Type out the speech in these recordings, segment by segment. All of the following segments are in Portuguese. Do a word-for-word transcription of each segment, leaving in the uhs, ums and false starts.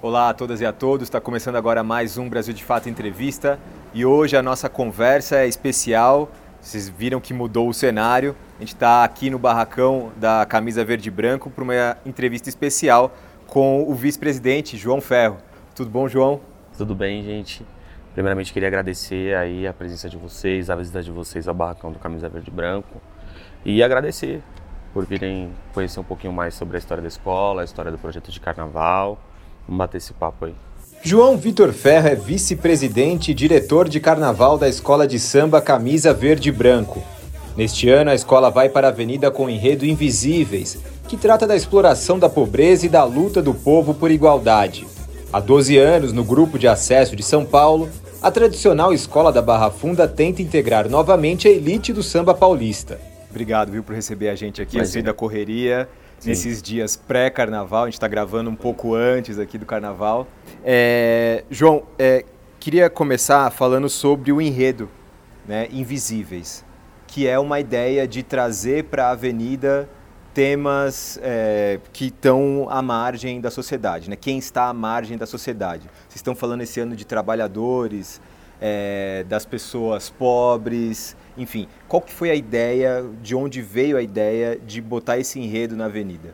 Olá a todas e a todos, está começando agora mais um Brasil de Fato Entrevista e hoje a nossa conversa é especial, vocês viram que mudou o cenário, a gente está aqui no barracão da Camisa Verde e Branco para uma entrevista especial com o vice-presidente João Ferro. Tudo bom, João? Tudo bem, gente. Primeiramente queria agradecer aí a presença de vocês, a visita de vocês ao barracão do Camisa Verde e Branco e agradecer por virem conhecer um pouquinho mais sobre a história da escola, a história do projeto de carnaval. Vamos bater esse papo aí. João Vitor Ferro é vice-presidente e diretor de carnaval da Escola de Samba Camisa Verde e Branco. Neste ano, a escola vai para a avenida com o enredo Invisíveis, que trata da exploração da pobreza e da luta do povo por igualdade. Há doze anos, no Grupo de Acesso de São Paulo, a tradicional Escola da Barra Funda tenta integrar novamente a elite do samba paulista. Obrigado, viu, por receber a gente aqui, eu sei da correria. Sim. Nesses dias pré-carnaval, a gente está gravando um pouco antes aqui do carnaval. É, João, é, queria começar falando sobre o enredo, né, Invisíveis, que é uma ideia de trazer para a avenida temas é, que estão à margem da sociedade, né? Quem está à margem da sociedade. Vocês estão falando esse ano de trabalhadores, é, das pessoas pobres, enfim. Qual que foi a ideia, de onde veio a ideia de botar esse enredo na avenida?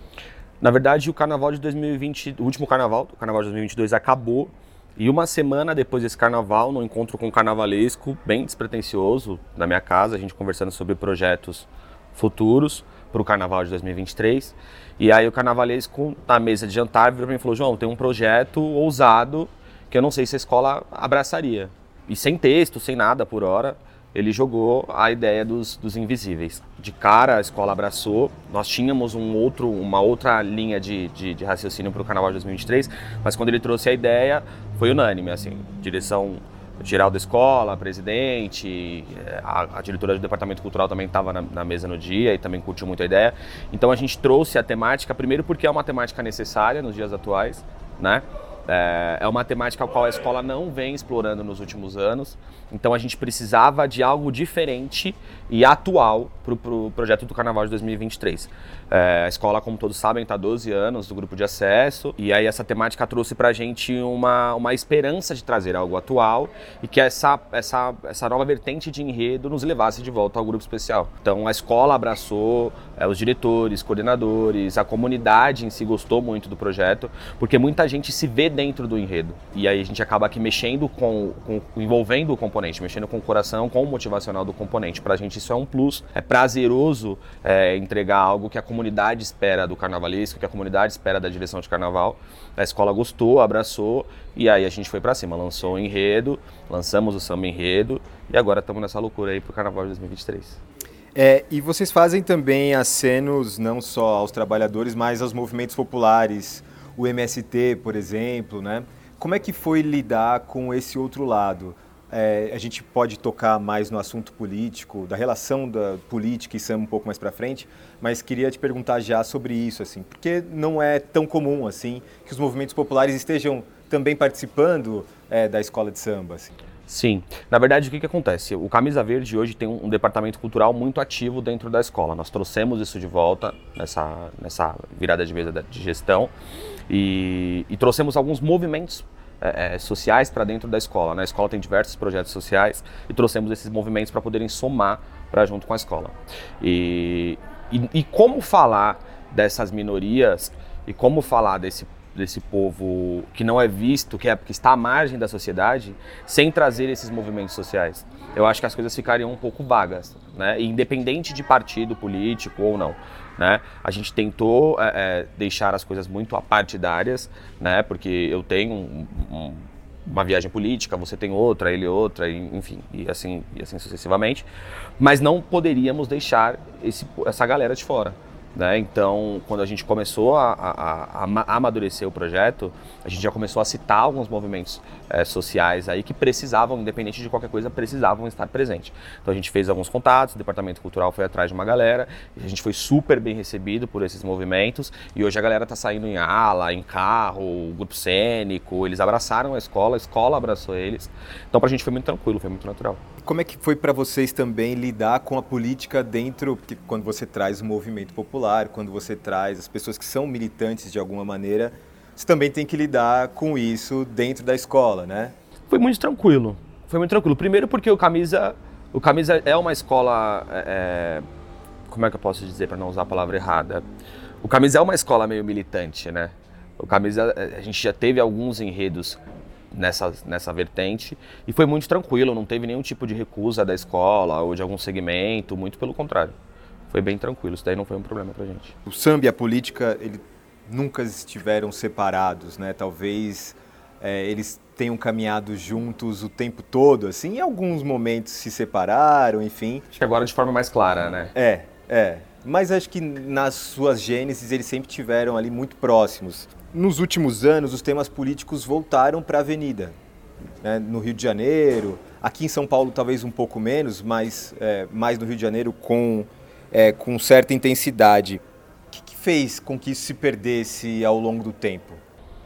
Na verdade, o carnaval de dois mil e vinte, o último carnaval, o carnaval de dois mil e vinte e dois acabou e uma semana depois desse carnaval, num encontro com um carnavalesco bem despretensioso na minha casa, a gente conversando sobre projetos futuros para o carnaval de dois mil e vinte e três. E aí o carnavalesco, na mesa de jantar, virou para mim e falou: João, tem um projeto ousado que eu não sei se a escola abraçaria. E sem texto, sem nada por hora, ele jogou a ideia dos, dos invisíveis. De cara, a escola abraçou. Nós tínhamos um outro, uma outra linha de, de, de raciocínio para o carnaval de dois mil e vinte e três, mas quando ele trouxe a ideia, foi unânime, assim, direção geral da escola, presidente, a, a diretora do departamento cultural também estava na, na mesa no dia e também curtiu muito a ideia. Então a gente trouxe a temática, primeiro porque é uma temática necessária nos dias atuais, né? É, é uma temática a qual a escola não vem explorando nos últimos anos, então a gente precisava de algo diferente e atual para o pro projeto do Carnaval de dois mil e vinte e três. É, a escola, como todos sabem, está há doze anos do grupo de acesso, e aí essa temática trouxe para a gente uma, uma esperança de trazer algo atual e que essa, essa, essa nova vertente de enredo nos levasse de volta ao grupo especial. Então a escola abraçou, é, os diretores, coordenadores, a comunidade em si gostou muito do projeto, porque muita gente se vê dentro do enredo. E aí a gente acaba aqui mexendo com, com, envolvendo o componente, mexendo com o coração, com o motivacional do componente. Pra gente isso é um plus, é prazeroso é, entregar algo que a comunidade espera do carnavalesco, que a comunidade espera da direção de carnaval. A escola gostou, abraçou, e aí a gente foi pra cima, lançou o enredo, lançamos o samba enredo, e agora estamos nessa loucura aí pro carnaval de dois mil e vinte e três. É, e vocês fazem também acenos não só aos trabalhadores, mas aos movimentos populares, o M S T, por exemplo, né? Como é que foi lidar com esse outro lado? É, a gente pode tocar mais no assunto político, da relação da política e samba um pouco mais para frente, mas queria te perguntar já sobre isso, assim, porque não é tão comum assim que os movimentos populares estejam também participando é, da escola de samba, assim. Sim, na verdade o que, que acontece? O Camisa Verde hoje tem um, um departamento cultural muito ativo dentro da escola. Nós trouxemos isso de volta nessa, nessa virada de mesa de gestão e, e trouxemos alguns movimentos é, sociais para dentro da escola. A escola tem diversos projetos sociais e trouxemos esses movimentos para poderem somar para junto com a escola. E, e, e como falar dessas minorias e como falar desse desse povo que não é visto, que, é, que está à margem da sociedade, sem trazer esses movimentos sociais. Eu acho que as coisas ficariam um pouco vagas, né? Independente de partido político ou não, né? A gente tentou é, é, deixar as coisas muito apartidárias, né? Porque eu tenho um, um, uma viagem política, você tem outra, ele outra, enfim, e assim, e assim sucessivamente, mas não poderíamos deixar esse, essa galera de fora. Né? Então, quando a gente começou a, a, a, a amadurecer o projeto, a gente já começou a citar alguns movimentos é, sociais aí que precisavam, independente de qualquer coisa, precisavam estar presentes. Então a gente fez alguns contatos, o Departamento Cultural foi atrás de uma galera, e a gente foi super bem recebido por esses movimentos, e hoje a galera está saindo em ala, em carro, grupo cênico, eles abraçaram a escola, a escola abraçou eles. Então pra gente foi muito tranquilo, foi muito natural. Como é que foi para vocês também lidar com a política dentro, porque quando você traz o movimento popular, quando você traz as pessoas que são militantes de alguma maneira você também tem que lidar com isso dentro da escola, né? Foi muito tranquilo, foi muito tranquilo. Primeiro porque o Camisa, o Camisa é uma escola, é, como é que eu posso dizer para não usar a palavra errada? O Camisa é uma escola meio militante, né? O Camisa, a gente já teve alguns enredos nessa, nessa vertente e foi muito tranquilo, não teve nenhum tipo de recusa da escola ou de algum segmento, muito pelo contrário. Foi bem tranquilo, isso daí não foi um problema pra gente. O samba e a política, ele nunca estiveram separados, né? Talvez é, eles tenham caminhado juntos o tempo todo, assim, em alguns momentos se separaram, enfim. Acho que agora de forma mais clara, né? É, é. Mas acho que nas suas gêneses eles sempre estiveram ali muito próximos. Nos últimos anos, os temas políticos voltaram para a avenida, né? No Rio de Janeiro, aqui em São Paulo talvez um pouco menos, mas é, mais no Rio de Janeiro com, é, com certa intensidade. O que, que fez com que isso se perdesse ao longo do tempo?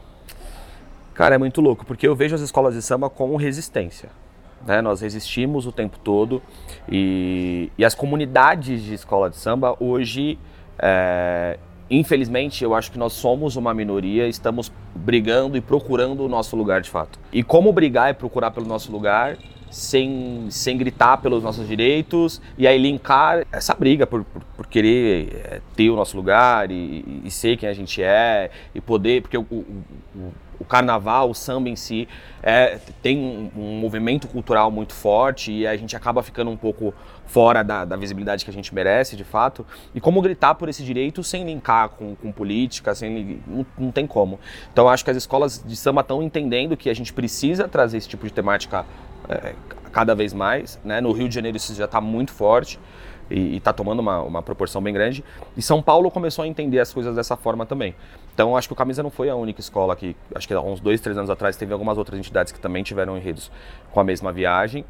Cara, é muito louco, porque eu vejo as escolas de samba como resistência. Né? Nós resistimos o tempo todo e, e as comunidades de escola de samba hoje, é, infelizmente, eu acho que nós somos uma minoria, estamos brigando e procurando o nosso lugar de fato. E como brigar e procurar pelo nosso lugar sem, sem gritar pelos nossos direitos e aí linkar essa briga por, por, por querer é, ter o nosso lugar e, e ser quem a gente é e poder, porque o, o, o O carnaval, o samba em si, é, tem um, um movimento cultural muito forte e a gente acaba ficando um pouco fora da, da visibilidade que a gente merece, de fato. E como gritar por esse direito sem linkar com, com política, sem, não, não tem como. Então eu acho que as escolas de samba estão entendendo que a gente precisa trazer esse tipo de temática é, cada vez mais. Né? No Rio de Janeiro isso já está muito forte e está tomando uma, uma proporção bem grande. E São Paulo começou a entender as coisas dessa forma também. Então, acho que o Camisa não foi a única escola que, acho que há uns dois, três anos atrás, teve algumas outras entidades que também tiveram enredos com a mesma viagem.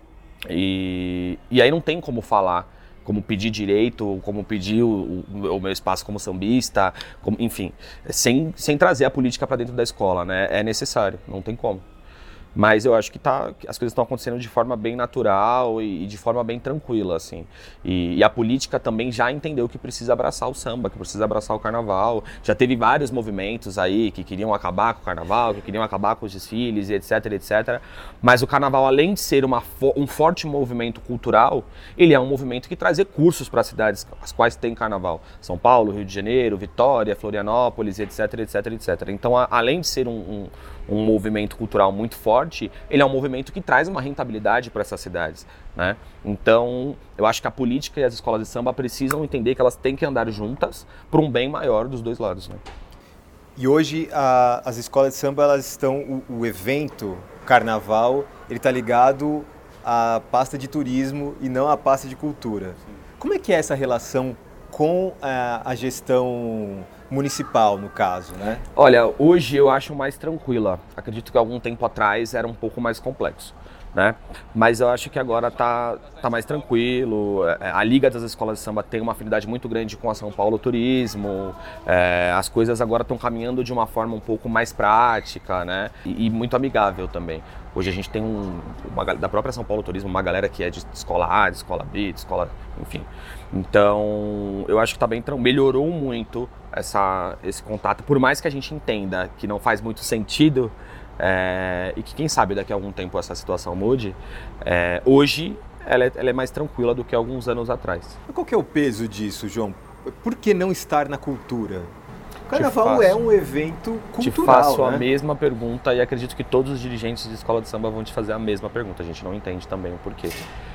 E, e aí não tem como falar, como pedir direito, como pedir o, o, o meu espaço como sambista, como, enfim, sem, sem trazer a política para dentro da escola, né? É necessário, não tem como. Mas eu acho que, tá, que as coisas estão acontecendo de forma bem natural e, e de forma bem tranquila, assim. E, e a política também já entendeu que precisa abraçar o samba, que precisa abraçar o carnaval. Já teve vários movimentos aí que queriam acabar com o carnaval, que queriam acabar com os desfiles e etc, etcétera. Mas o carnaval, além de ser uma, um forte movimento cultural, ele é um movimento que traz recursos para as cidades as quais tem carnaval. São Paulo, Rio de Janeiro, Vitória, Florianópolis, etc, etc, etcétera. Então, a, além de ser um, um, um movimento cultural muito forte, ele é um movimento que traz uma rentabilidade para essas cidades, né? Então, eu acho que a política e as escolas de samba precisam entender que elas têm que andar juntas para um bem maior dos dois lados, né? E hoje a, as escolas de samba, elas estão, o, o evento, o carnaval, ele está ligado à pasta de turismo e não à pasta de cultura. Sim. Como é que é essa relação com a, a gestão municipal, no caso, né? Olha, hoje eu acho mais tranquila. Acredito que algum tempo atrás era um pouco mais complexo, né? Mas eu acho que agora tá, tá mais tranquilo. A Liga das Escolas de Samba tem uma afinidade muito grande com a São Paulo Turismo. É, as coisas agora estão caminhando de uma forma um pouco mais prática, né? E, e muito amigável também. Hoje a gente tem um, uma, da própria São Paulo Turismo, uma galera que é de escola A, de escola B, de escola... enfim. Então, eu acho que tá bem, melhorou muito essa, esse contato. Por mais que a gente entenda que não faz muito sentido, é, e que quem sabe daqui a algum tempo essa situação mude, é, hoje ela é, ela é mais tranquila do que alguns anos atrás. Qual que é o peso disso, João? Por que não estar na cultura? O carnaval é um evento cultural, Te faço né? a mesma pergunta e acredito que todos os dirigentes de escola de samba vão te fazer a mesma pergunta. A gente não entende também o porquê.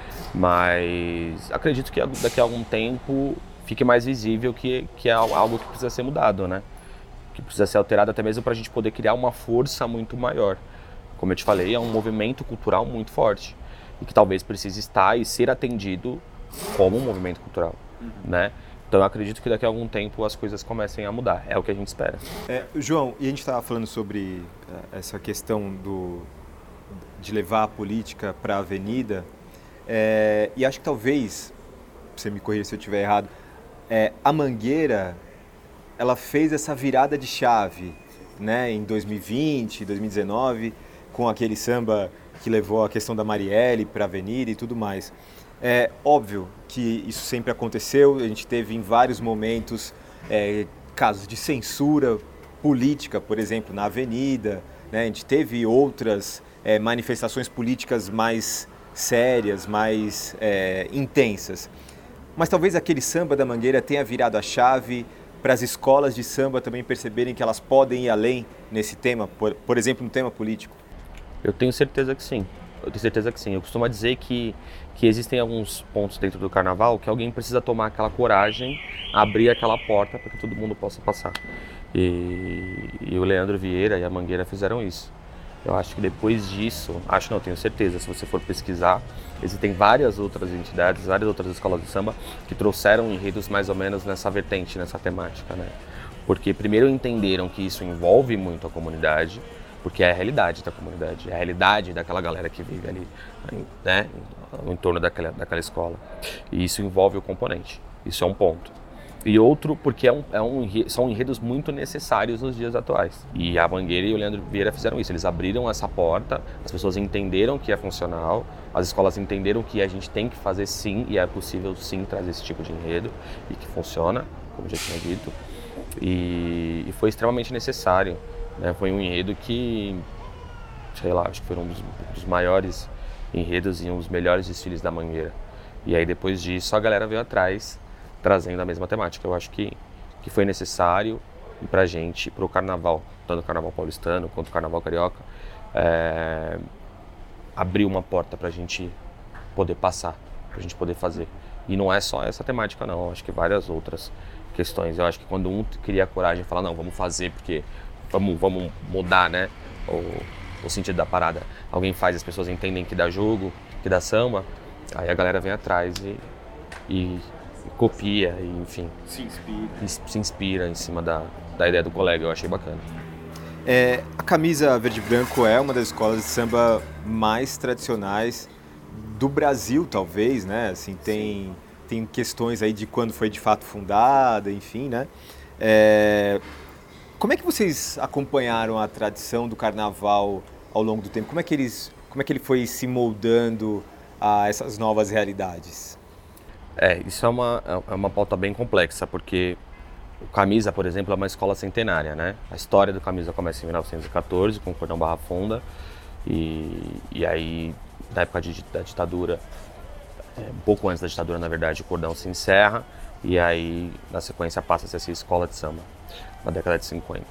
Mas acredito que daqui a algum tempo fique mais visível que, que é algo que precisa ser mudado, né? Que precisa ser alterado até mesmo para a gente poder criar uma força muito maior. Como eu te falei, é um movimento cultural muito forte e que talvez precise estar e ser atendido como um movimento cultural, uhum. né? Então eu acredito que daqui a algum tempo as coisas comecem a mudar, é o que a gente espera. É, João, e a gente estava falando sobre essa questão do, de levar a política para a avenida, é, e acho que talvez, você me corrija se eu estiver errado, é, a Mangueira, ela fez essa virada de chave, né, em dois mil e vinte, dois mil e dezenove, com aquele samba que levou a questão da Marielle para a avenida e tudo mais. É óbvio que isso sempre aconteceu, a gente teve em vários momentos é, casos de censura política, por exemplo, na avenida, né? A gente teve outras é, manifestações políticas mais sérias, mais é, intensas. Mas talvez aquele samba da Mangueira tenha virado a chave para as escolas de samba também perceberem que elas podem ir além nesse tema, por, por exemplo, no tema político? Eu tenho certeza que sim. Eu tenho certeza que sim. Eu costumo dizer que, que existem alguns pontos dentro do carnaval que alguém precisa tomar aquela coragem, abrir aquela porta para que todo mundo possa passar. E, e o Leandro Vieira e a Mangueira fizeram isso. Eu acho que depois disso, acho não, tenho certeza, se você for pesquisar, existem várias outras entidades, várias outras escolas de samba que trouxeram enredos mais ou menos nessa vertente, nessa temática, né? Porque primeiro entenderam que isso envolve muito a comunidade, porque é a realidade da comunidade, é a realidade daquela galera que vive ali, né, no entorno daquela, daquela escola. E isso envolve o componente, isso é um ponto. E outro, porque é um, é um, são enredos muito necessários nos dias atuais. E a Mangueira e o Leandro Vieira fizeram isso, eles abriram essa porta, as pessoas entenderam que é funcional, as escolas entenderam que a gente tem que fazer sim, e é possível sim trazer esse tipo de enredo, e que funciona, como já tinha dito, e, e foi extremamente necessário. Né? Foi um enredo que, sei lá, acho que foi um dos, dos maiores enredos e um dos melhores desfiles da Mangueira. E aí depois disso a galera veio atrás, trazendo a mesma temática. Eu acho que, que foi necessário pra gente, pro carnaval, tanto o carnaval paulistano quanto o carnaval carioca, é, abrir uma porta pra gente poder passar, pra gente poder fazer. E não é só essa temática não, eu acho que várias outras questões. Eu acho que quando um cria a coragem e fala, não, vamos fazer porque vamos, vamos mudar, né, o, o sentido da parada. Alguém faz, as pessoas entendem que dá jogo, que dá samba, aí a galera vem atrás e, e copia, e, enfim, se inspira. se inspira em cima da, da ideia do colega. Eu achei bacana. É, a camisa verde e branco é uma das escolas de samba mais tradicionais do Brasil, talvez, né? Assim, tem, tem questões aí de quando foi de fato fundada, enfim, né? É, como é que vocês acompanharam a tradição do carnaval ao longo do tempo? Como é que, eles, como é que ele foi se moldando a essas novas realidades? É, isso é uma, é uma pauta bem complexa, porque o Camisa, por exemplo, é uma escola centenária, né? A história do Camisa começa em mil novecentos e quatorze, com o Cordão Barra Funda, e, e aí, na época de, da ditadura, é, um pouco antes da ditadura, na verdade, o cordão se encerra, e aí, na sequência, passa a ser escola de samba, na década de cinquenta.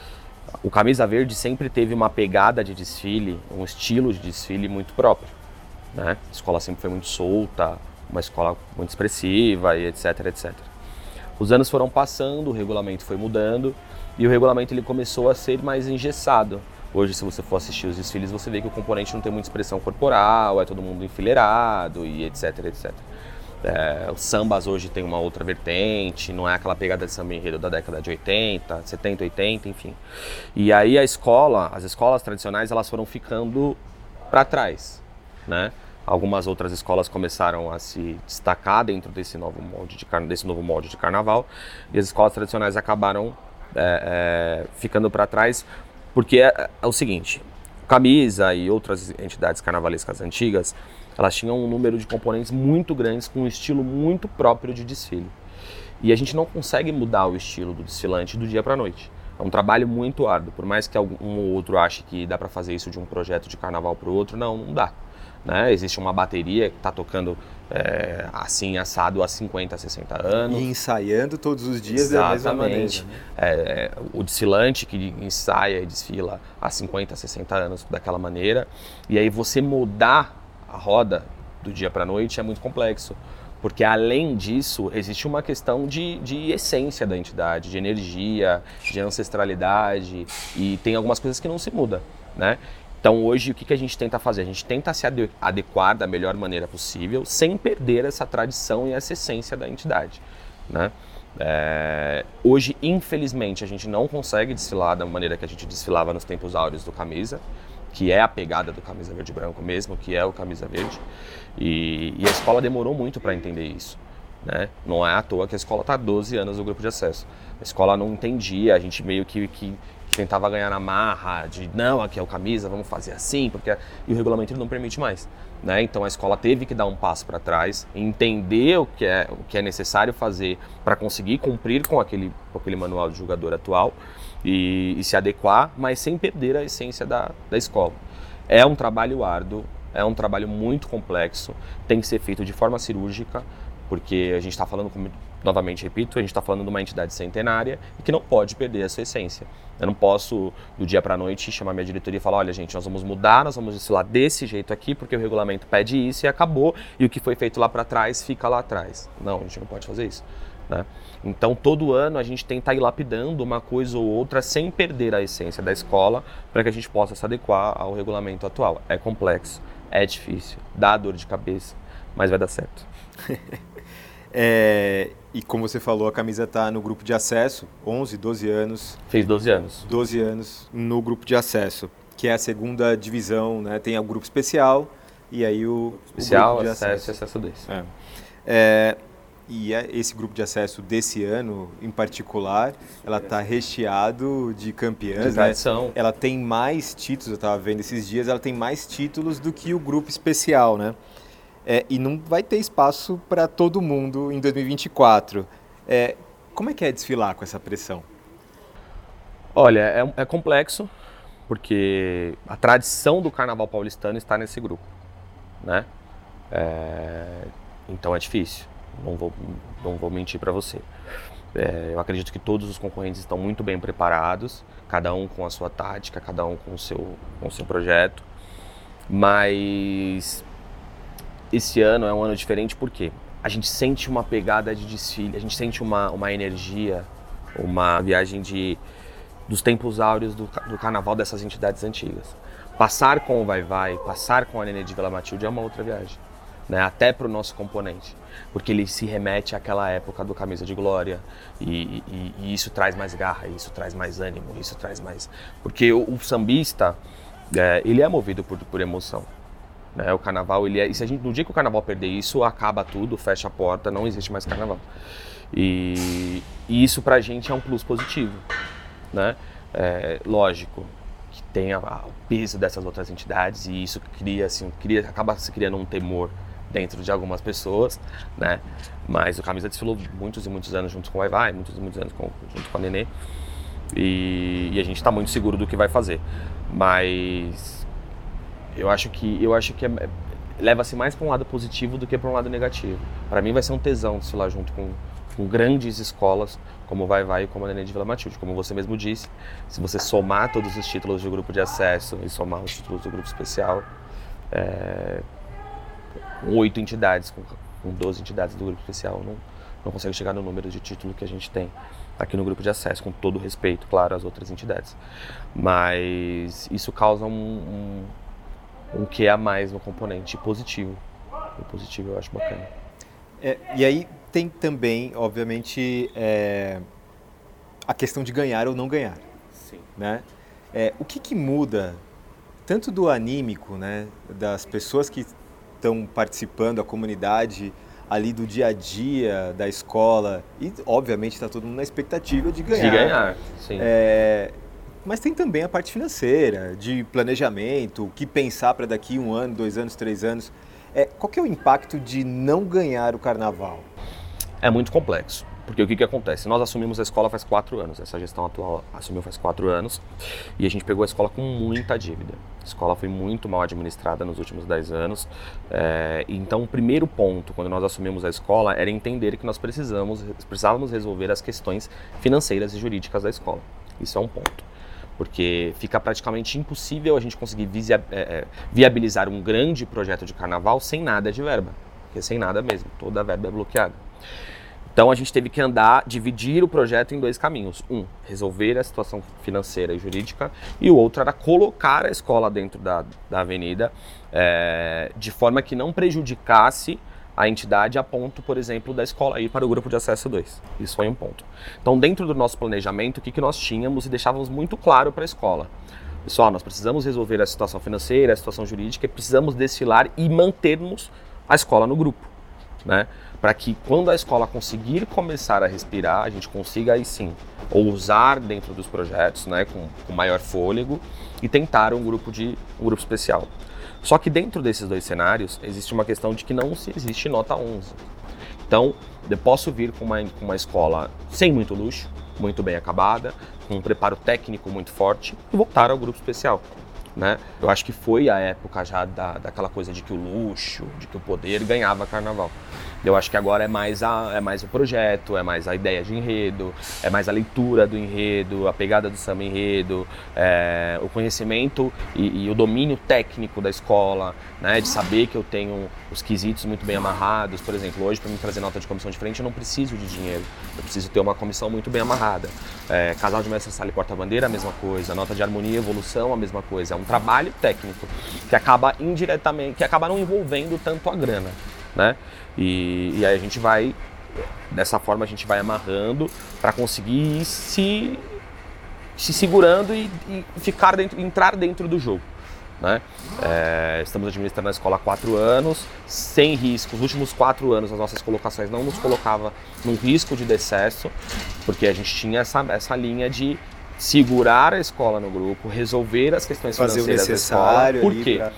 O Camisa Verde sempre teve uma pegada de desfile, um estilo de desfile muito próprio, né? A escola sempre foi muito solta, uma escola muito expressiva e etc, etcétera. Os anos foram passando, o regulamento foi mudando e o regulamento ele começou a ser mais engessado. Hoje, se você for assistir os desfiles, você vê que o componente não tem muita expressão corporal, é todo mundo enfileirado e etc, etcétera. É, os sambas hoje tem uma outra vertente, não é aquela pegada de samba enredo da década de oitenta, setenta, oitenta, enfim. E aí a escola, as escolas tradicionais, elas foram ficando para trás, né? Algumas outras escolas começaram a se destacar dentro desse novo molde de, desse novo molde de carnaval, e as escolas tradicionais acabaram é, é, ficando para trás, porque é, é o seguinte, Camisa e outras entidades carnavalescas antigas, elas tinham um número de componentes muito grandes, com um estilo muito próprio de desfile. E a gente não consegue mudar o estilo do desfilante do dia para a noite. É um trabalho muito árduo, por mais que algum ou outro ache que dá para fazer isso de um projeto de carnaval para o outro, não, não dá. Né? Existe uma bateria que está tocando é, assim, assado há cinquenta, sessenta anos. E ensaiando todos os dias da mesma maneira. Né? É, é, o desfilante que ensaia e desfila há cinquenta, sessenta anos daquela maneira. E aí você mudar a roda do dia para a noite é muito complexo. Porque além disso, existe uma questão de, de essência da entidade, de energia, de ancestralidade. E tem algumas coisas que não se mudam, né? Então hoje o que, que a gente tenta fazer? A gente tenta se adequar da melhor maneira possível, sem perder essa tradição e essa essência da entidade, né? É, hoje, infelizmente, a gente não consegue desfilar da maneira que a gente desfilava nos tempos áureos do Camisa, que é a pegada do Camisa Verde e Branco mesmo, que é o Camisa Verde, e, e a escola demorou muito para entender isso, né? Não é à toa que a escola está há doze anos no grupo de acesso. A escola não entendia, a gente meio que... que tentava ganhar na marra, de não, aqui é o Camisa, vamos fazer assim, porque e o regulamento ele não permite mais, né? Então a escola teve que dar um passo para trás, entender o que é, o que é necessário fazer para conseguir cumprir com aquele, com aquele manual de julgador atual, e, e se adequar, mas sem perder a essência da, da escola. É um trabalho árduo, é um trabalho muito complexo, tem que ser feito de forma cirúrgica, porque a gente está falando, como, novamente repito, a gente está falando de uma entidade centenária e que não pode perder a sua essência. Eu não posso, do dia para a noite, chamar minha diretoria e falar, olha gente, nós vamos mudar, nós vamos desfilar desse jeito aqui, porque o regulamento pede isso e acabou, e o que foi feito lá para trás, fica lá atrás. Não, a gente não pode fazer isso. Né? Então, todo ano a gente tenta ir lapidando uma coisa ou outra sem perder a essência da escola para que a gente possa se adequar ao regulamento atual. É complexo, é difícil, dá dor de cabeça, mas vai dar certo. É, e como você falou, a camisa está no grupo de acesso, onze, doze anos. Fez doze anos. doze anos no grupo de acesso, que é a segunda divisão, né? Tem o grupo especial e aí o, especial, o grupo de acesso acesso. e acesso desse. É. É, e é esse grupo de acesso desse ano, em particular, ela está recheado de campeãs. De tradição. Né? Ela tem mais títulos, eu estava vendo esses dias, ela tem mais títulos do que o grupo especial, né? É, e não vai ter espaço para todo mundo em dois mil e vinte e quatro. É, como é que é desfilar com essa pressão? Olha, é, é complexo, porque a tradição do carnaval paulistano está nesse grupo, né? É, então é difícil, não vou, não vou mentir para você. É, eu acredito que todos os concorrentes estão muito bem preparados, cada um com a sua tática, cada um com o seu, com o seu projeto, mas esse ano é um ano diferente porque a gente sente uma pegada de desfile, a gente sente uma, uma energia, uma viagem de, dos tempos áureos do, do carnaval dessas entidades antigas. Passar com o Vai Vai, passar com a Nenê de Vila Matilde é uma outra viagem, né? Até para o nosso componente, porque ele se remete àquela época do Camisa de Glória e, e, e isso traz mais garra, isso traz mais ânimo, isso traz mais... Porque o, o sambista, é, ele é movido por, por emoção. Né, o carnaval, ele é, e se a gente, no dia que o carnaval perder isso, acaba tudo, fecha a porta, não existe mais carnaval. E, e isso pra gente é um plus positivo, né? É, lógico que tem a, a, o peso dessas outras entidades e isso cria, assim, cria, acaba se criando um temor dentro de algumas pessoas, né? Mas o Camisa desfilou muitos e muitos anos junto com o Vai Vai, muitos e muitos anos com, junto com a Nenê e, e a gente está muito seguro do que vai fazer, mas Eu acho que, eu acho que é, leva-se mais para um lado positivo do que para um lado negativo. Para mim vai ser um tesão desfilar junto com, com grandes escolas, como o Vai Vai e como a Nenê de Vila Matilde. Como você mesmo disse, se você somar todos os títulos do grupo de acesso e somar os títulos do grupo especial, é, com oito entidades, com, com doze entidades do grupo especial, não, não consegue chegar no número de título que a gente tem aqui no grupo de acesso, com todo o respeito, claro, às outras entidades. Mas isso causa um... um um que é a mais no componente positivo. O positivo eu acho bacana. É, e aí tem também, obviamente, é, a questão de ganhar ou não ganhar. Sim. Né? É, o que, que muda, tanto do anímico, né, das pessoas que estão participando, a comunidade ali do dia a dia da escola, e obviamente está todo mundo na expectativa de ganhar. De ganhar, sim. É, mas tem também a parte financeira, de planejamento, o que pensar para daqui um ano, dois anos, três anos. É, qual que é o impacto de não ganhar o carnaval? É muito complexo, porque o que, que acontece? Nós assumimos a escola faz quatro anos, essa gestão atual assumiu faz quatro anos, e a gente pegou a escola com muita dívida. A escola foi muito mal administrada nos últimos dez anos, é, então o primeiro ponto, quando nós assumimos a escola, era entender que nós precisamos, precisávamos resolver as questões financeiras e jurídicas da escola. Isso é um ponto. Porque fica praticamente impossível a gente conseguir visia, é, viabilizar um grande projeto de carnaval sem nada de verba, porque sem nada mesmo, toda a verba é bloqueada. Então a gente teve que andar, dividir o projeto em dois caminhos. Um, resolver a situação financeira e jurídica, e o outro era colocar a escola dentro da, da avenida, é, de forma que não prejudicasse a entidade a ponto, por exemplo, da escola ir para o grupo de acesso dois. Isso foi um ponto. Então, dentro do nosso planejamento, o que, que nós tínhamos e deixávamos muito claro para a escola? Pessoal, nós precisamos resolver a situação financeira, a situação jurídica, e precisamos desfilar e mantermos a escola no grupo, né? Para que quando a escola conseguir começar a respirar, a gente consiga aí sim ousar dentro dos projetos, né, com, com maior fôlego e tentar um grupo, de, um grupo especial. Só que dentro desses dois cenários, existe uma questão de que não existe nota onze. Então, eu posso vir com uma, com uma escola sem muito luxo, muito bem acabada, com um preparo técnico muito forte, e voltar ao grupo especial. Né? Eu acho que foi a época já da, daquela coisa de que o luxo, de que o poder ganhava carnaval. Eu acho que agora é mais, a, é mais o projeto, é mais a ideia de enredo, é mais a leitura do enredo, a pegada do samba enredo, é, o conhecimento e, e o domínio técnico da escola, né? De saber que eu tenho os quesitos muito bem amarrados. Por exemplo, hoje para mim trazer nota de comissão diferente eu não preciso de dinheiro, eu preciso ter uma comissão muito bem amarrada. É, casal de mestre sala e porta-bandeira, a mesma coisa, nota de harmonia e evolução, a mesma coisa. É um trabalho técnico que acaba indiretamente, que acaba não envolvendo tanto a grana. Né? E, e aí a gente vai, dessa forma a gente vai amarrando para conseguir ir se, se segurando e, e ficar dentro, entrar dentro do jogo. Né? É, estamos administrando a escola há quatro anos, sem risco. Os últimos quatro anos as nossas colocações não nos colocava num risco de decesso, porque a gente tinha essa, essa linha de segurar a escola no grupo, resolver as questões fazer financeiras o necessário da escola. Por quê? Pra...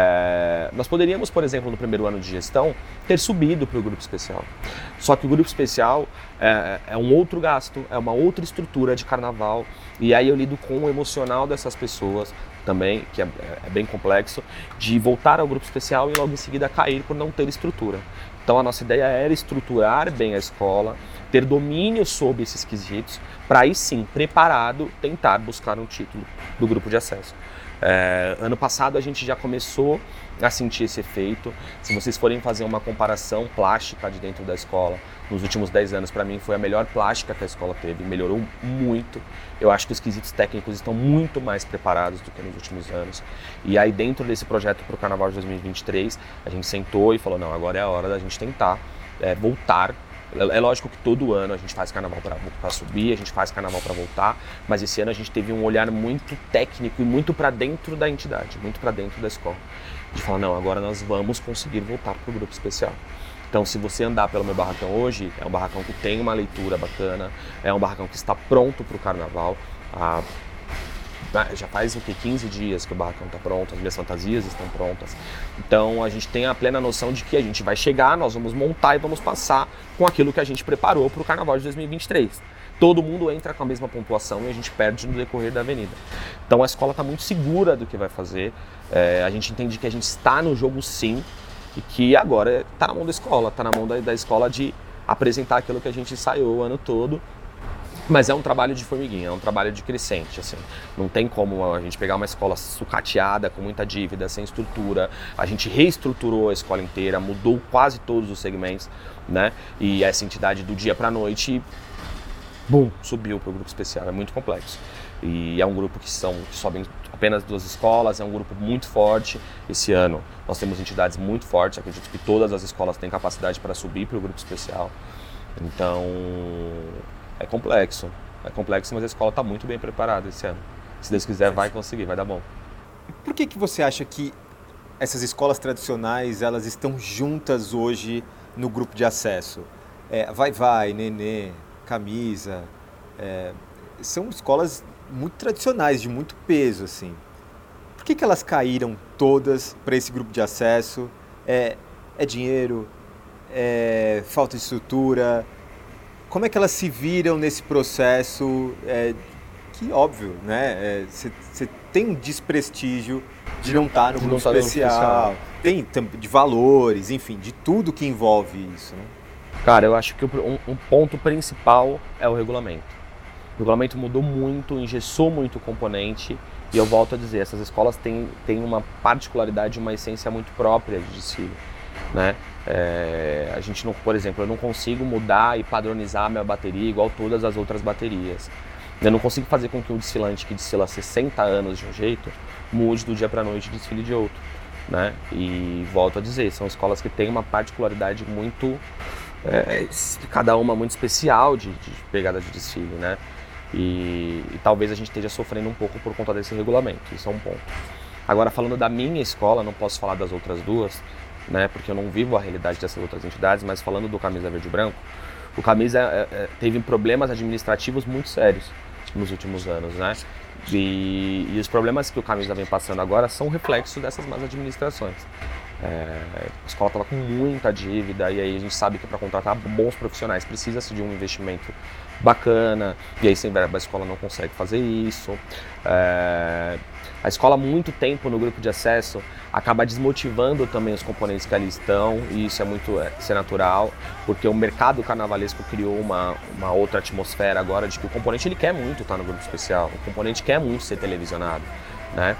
É, nós poderíamos, por exemplo, no primeiro ano de gestão, ter subido para o grupo especial. Só que o grupo especial é, é um outro gasto, é uma outra estrutura de carnaval. E aí eu lido com o emocional dessas pessoas também, que é, é bem complexo, de voltar ao grupo especial e logo em seguida cair por não ter estrutura. Então a nossa ideia era estruturar bem a escola, ter domínio sobre esses quesitos, para aí sim, preparado, tentar buscar um título do grupo de acesso. É, ano passado a gente já começou a sentir esse efeito. Se vocês forem fazer uma comparação plástica de dentro da escola, nos últimos dez anos, para mim, foi a melhor plástica que a escola teve, melhorou muito. Eu acho que os quesitos técnicos estão muito mais preparados do que nos últimos anos. E aí, dentro desse projeto para o Carnaval de dois mil e vinte e três, a gente sentou e falou, não, agora é a hora da gente tentar é, voltar. É lógico que todo ano a gente faz carnaval para subir, a gente faz carnaval para voltar, mas esse ano a gente teve um olhar muito técnico e muito para dentro da entidade, muito para dentro da escola. De falar, não, agora nós vamos conseguir voltar para o grupo especial. Então, se você andar pelo meu barracão hoje, é um barracão que tem uma leitura bacana, é um barracão que está pronto para o carnaval. Ah, já faz o que, quinze dias que o barracão está pronto, as minhas fantasias estão prontas. Então a gente tem a plena noção de que a gente vai chegar, nós vamos montar e vamos passar com aquilo que a gente preparou para o Carnaval de dois mil e vinte e três. Todo mundo entra com a mesma pontuação e a gente perde no decorrer da avenida. Então a escola está muito segura do que vai fazer, é, a gente entende que a gente está no jogo sim e que agora está na mão da escola, está na mão da, da escola de apresentar aquilo que a gente ensaiou o ano todo. Mas é um trabalho de formiguinha, é um trabalho de crescente, assim. Não tem como a gente pegar uma escola sucateada, com muita dívida, sem estrutura. A gente reestruturou a escola inteira, mudou quase todos os segmentos, né? E essa entidade do dia para a noite, bum, subiu para o grupo especial. É muito complexo. E é um grupo que, são, que sobem apenas duas escolas, é um grupo muito forte. Esse ano nós temos entidades muito fortes, acredito que todas as escolas têm capacidade para subir para o grupo especial. Então... é complexo, é complexo, mas a escola está muito bem preparada esse ano. Se Deus quiser, vai conseguir, vai dar bom. Por que que você acha que essas escolas tradicionais, elas estão juntas hoje no grupo de acesso? É, Vai Vai, Nenê, Camisa, é, são escolas muito tradicionais, de muito peso, assim. Por que que elas caíram todas para esse grupo de acesso? É, é dinheiro? É falta de estrutura? Como é que elas se viram nesse processo? É, que óbvio, né? Você é, tem um desprestígio de não estar no grupo especial, tem de valores, enfim, de tudo que envolve isso, né? Cara, eu acho que um, um ponto principal é o regulamento. O regulamento mudou muito, engessou muito o componente, e eu volto a dizer, essas escolas têm, têm uma particularidade, uma essência muito própria de desfile, né? É, a gente não, por exemplo, eu não consigo mudar e padronizar a minha bateria igual todas as outras baterias. Eu não consigo fazer com que um desfilante que desfila há sessenta anos de um jeito mude do dia para a noite e desfile de outro, né? E volto a dizer, são escolas que têm uma particularidade muito, é, cada uma muito especial de, de pegada de desfile, né? E, e talvez a gente esteja sofrendo um pouco por conta desse regulamento, isso é um ponto. Agora, falando da minha escola, não posso falar das outras duas, né, porque eu não vivo a realidade dessas outras entidades, mas falando do Camisa Verde e Branco, o Camisa é, é, teve problemas administrativos muito sérios nos últimos anos, né? E, e os problemas que o Camisa vem passando agora são reflexo dessas más administrações. É, a escola estava com muita dívida e aí a gente sabe que para contratar bons profissionais precisa-se de um investimento bacana, e aí sem verba a escola não consegue fazer isso. É, a escola há muito tempo no grupo de acesso acaba desmotivando também os componentes que ali estão, e isso é muito é, isso é natural, porque o mercado carnavalesco criou uma, uma outra atmosfera agora de que o componente ele quer muito estar no grupo especial, o componente quer muito ser televisionado, né?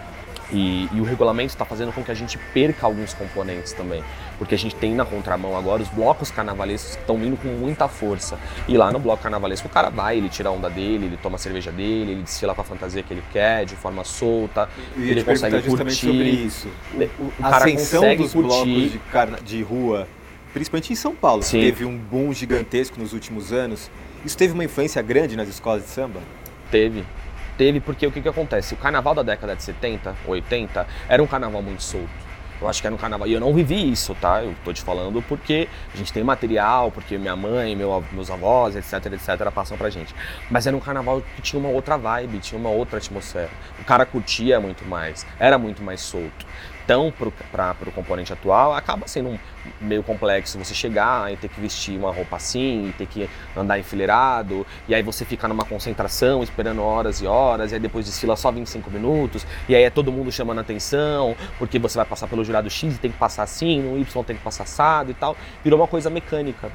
E, e o regulamento está fazendo com que a gente perca alguns componentes também, porque a gente tem na contramão agora os blocos carnavalescos que estão vindo com muita força. E lá no bloco carnavalesco o cara vai, ele tira a onda dele, ele toma a cerveja dele, ele desfila com a fantasia que ele quer, de forma solta, e ele consegue justamente curtir. Sobre isso. O, o a cara ascensão consegue dos curtir. blocos de, carna... de rua, principalmente em São Paulo, que Sim. teve um boom gigantesco nos últimos anos. Isso teve uma influência grande nas escolas de samba? Teve. Teve porque o que, que acontece? O carnaval da década de setenta, oitenta, era um carnaval muito solto. Eu acho que era um carnaval, e eu não vivi isso, tá? Eu tô te falando porque a gente tem material, porque minha mãe, meu, meus avós, etc, etc, passam pra gente. Mas era um carnaval que tinha uma outra vibe, tinha uma outra atmosfera. O cara curtia muito mais, era muito mais solto. Então, para o componente atual, acaba sendo um, meio complexo você chegar e ter que vestir uma roupa assim, e ter que andar enfileirado, e aí você fica numa concentração esperando horas e horas, e aí depois desfila só vinte e cinco minutos, e aí é todo mundo chamando atenção, porque você vai passar pelo jurado X e tem que passar assim, no Y tem que passar assado e tal. Virou uma coisa mecânica.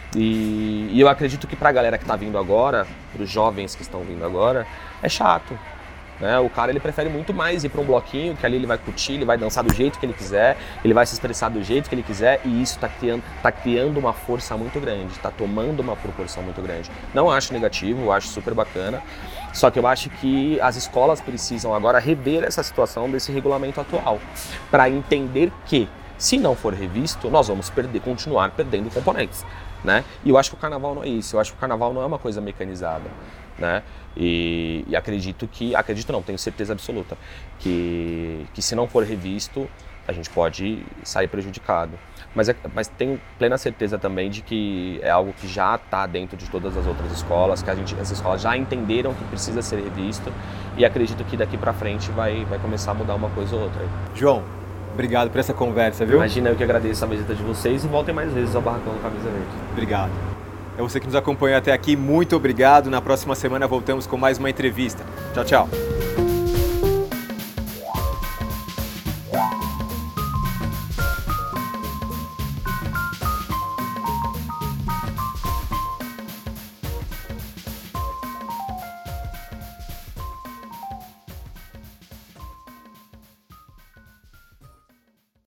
E, e eu acredito que para a galera que está vindo agora, para os jovens que estão vindo agora, é chato. Né? O cara ele prefere muito mais ir para um bloquinho, que ali ele vai curtir, ele vai dançar do jeito que ele quiser, ele vai se expressar do jeito que ele quiser, e isso está criando, tá criando uma força muito grande, está tomando uma proporção muito grande. Não acho negativo, eu acho super bacana, só que eu acho que as escolas precisam agora rever essa situação desse regulamento atual, para entender que, se não for revisto, nós vamos perder, continuar perdendo componentes. Né? E eu acho que o carnaval não é isso, eu acho que o carnaval não é uma coisa mecanizada. Né? E, e acredito que, acredito não, tenho certeza absoluta que, que se não for revisto, a gente pode sair prejudicado. Mas, é, mas tenho plena certeza também de que é algo que já está dentro de todas as outras escolas, que a gente, as escolas já entenderam que precisa ser revisto, e acredito que daqui para frente vai, vai começar a mudar uma coisa ou outra. João, obrigado por essa conversa, viu? Imagina, eu que agradeço a visita de vocês e voltem mais vezes ao Barracão do Camisa Verde. Obrigado. É você que nos acompanhou até aqui, muito obrigado. Na próxima semana voltamos com mais uma entrevista. Tchau, tchau.